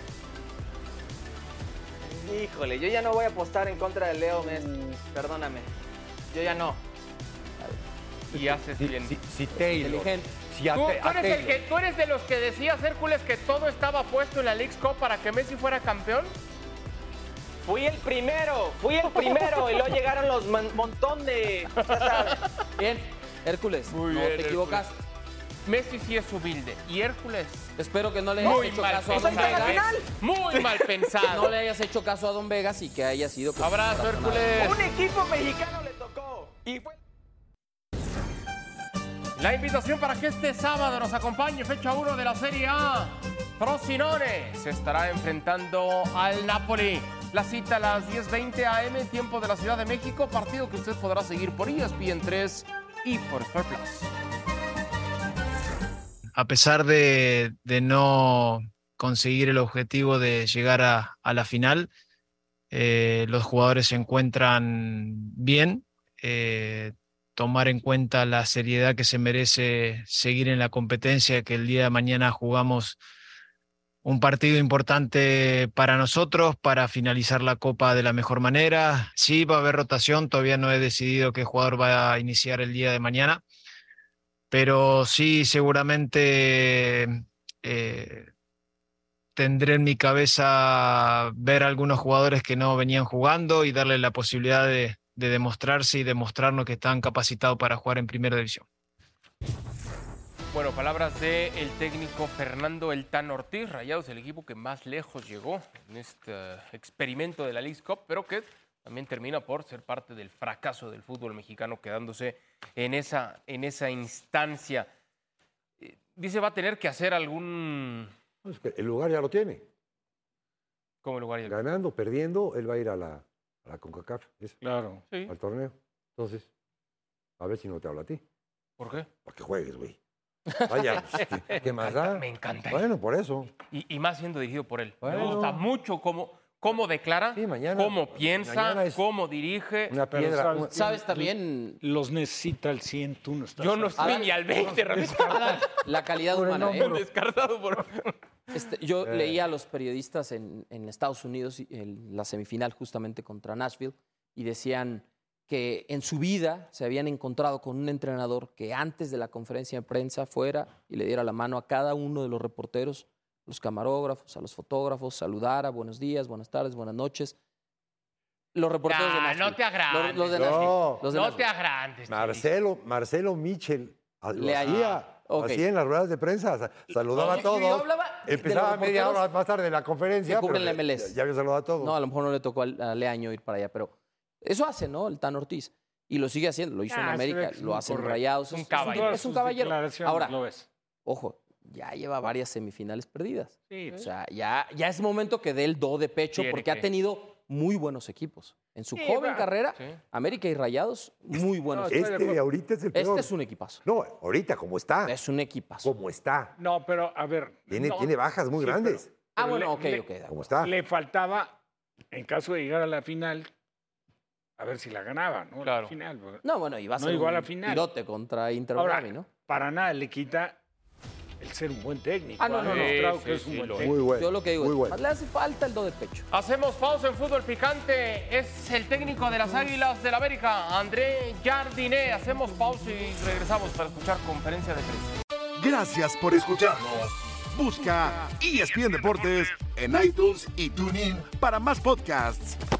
Híjole, yo ya no voy a apostar en contra de Leo Messi. Perdóname. Yo ya no. Y haces Si, bien. si- si Taylor, Inteligente. si a, ¿Tú, Te- tú a eres el Taylor- que, tú eres de los que decías, Hércules, que todo estaba puesto en la League Cup para que Messi fuera campeón. Fui el primero, fui el primero y luego llegaron los mon- montón de... ya sabes. Bien, Hércules, Muy no bien, te equivocas. Messi sí es humilde. Y Hércules, Espero que no le hayas muy hecho mal caso a Don pensado. Vegas. ¿eh? Muy mal pensado. No le hayas hecho caso a Don Vegas y que haya sido... con- Abrazo, razonable. Hércules. Un equipo mexicano le tocó. Y fue... La invitación para que este sábado nos acompañe, fecha uno de la Serie A. Frosinone se estará enfrentando al Napoli. La cita a las diez veinte a eme, tiempo de la Ciudad de México. Partido que usted podrá seguir por E S P N tres y por Star Plus. A pesar de, de no conseguir el objetivo de llegar a, a la final, eh, los jugadores se encuentran bien. Eh, tomar en cuenta la seriedad que se merece seguir en la competencia, que el día de mañana jugamos un partido importante para nosotros, para finalizar la Copa de la mejor manera. Sí, va a haber rotación, todavía no he decidido qué jugador va a iniciar el día de mañana, pero sí, seguramente eh, tendré en mi cabeza ver a algunos jugadores que no venían jugando y darle la posibilidad de, de demostrarse y demostrarnos que están capacitados para jugar en Primera División. Bueno, palabras del técnico Fernando El Tan Ortiz. Rayados, el equipo que más lejos llegó en este experimento de la League Cup, pero que también termina por ser parte del fracaso del fútbol mexicano, quedándose en esa, en esa instancia. Eh, Dice, va a tener que hacer algún... Es que el lugar ya lo tiene. ¿Cómo lugar ya? Ganando, perdiendo, él va a ir a la, a la CONCACAF. esa, Claro. Sí. al torneo. Entonces, a ver si no te habla a ti. ¿Por qué? Para que juegues, güey. Vaya, ¿qué, qué más da? Me encanta. Bueno, por eso. Y, y más siendo dirigido por él. Me Bueno. gusta mucho cómo, cómo declara, Sí, mañana- cómo piensa, mañana es cómo dirige. Una Pero piedra. sabes, una- ¿Sabes también Los necesita al cien, tú no estás. Yo no al estoy Adán, ni al veinte, Ramiro. la calidad Por el humana? ¿eh? hombro. Descartado por... Este, yo Eh. leía a los periodistas en, en Estados Unidos, en la semifinal justamente contra Nashville, y decían que en su vida se habían encontrado con un entrenador que antes de la conferencia de prensa fuera y le diera la mano a cada uno de los reporteros, los camarógrafos, a los fotógrafos, saludara, buenos días, buenas tardes, buenas noches. Los reporteros de Nah, Nashville. no te agrandes. Los, los de No. Nashville. Los de No Nashville. te agrandes. Marcelo, Marcelo Michel a- lo Le- hacía. Ok. Así en las ruedas de prensa, sa- saludaba Yo- a todos. yo hablaba de Empezaba los media reporteros hora más tarde en la conferencia. que cubren pero la M L S. Ya, ya había saludado a todos. No, a lo mejor no le tocó al- a Leaño ir para allá, pero eso hace, ¿no? El Tan Ortiz. Y lo sigue haciendo. Lo hizo Ah, en se América, ve que es lo muy hace en correcto. Rayados. Un Es- es caballero. Es un caballero. Ahora, lo ves. ojo, ya lleva varias semifinales perdidas. Sí, O sea, ya, ya es momento que dé el do de pecho Tiene porque que. ha tenido muy buenos equipos. En su Sí, joven va. carrera, Sí. América y Rayados, muy buenos No, equipos. Este de ahorita es el peor. Este es un equipazo. No, ahorita, como está. Es un equipazo. Como está. No, pero a ver. Tiene, no, tiene bajas muy sí, grandes. pero- Ah, pero bueno, le- ok, le- ok. de acuerdo. Como está. Le faltaba, en caso de llegar a la final, a ver si la ganaba, ¿no? Claro. La final. No, bueno, iba a no ser igual un a final. tirote contra Inter Ahora, Miami, ¿no? para nada le quita el ser un buen técnico. Ah, no, no, Ha no. demostrado Sí, que sí, es un sí, buen lo es. técnico. Muy bueno. Yo lo que digo muy es, bueno. le hace falta el do de pecho. Hacemos pausa en fútbol picante. Es el técnico de las Águilas del América, André Jardiné. Hacemos pausa y regresamos para escuchar conferencia de prensa. Gracias por escucharnos. Busca E S P N Deportes en iTunes y TuneIn para más podcasts.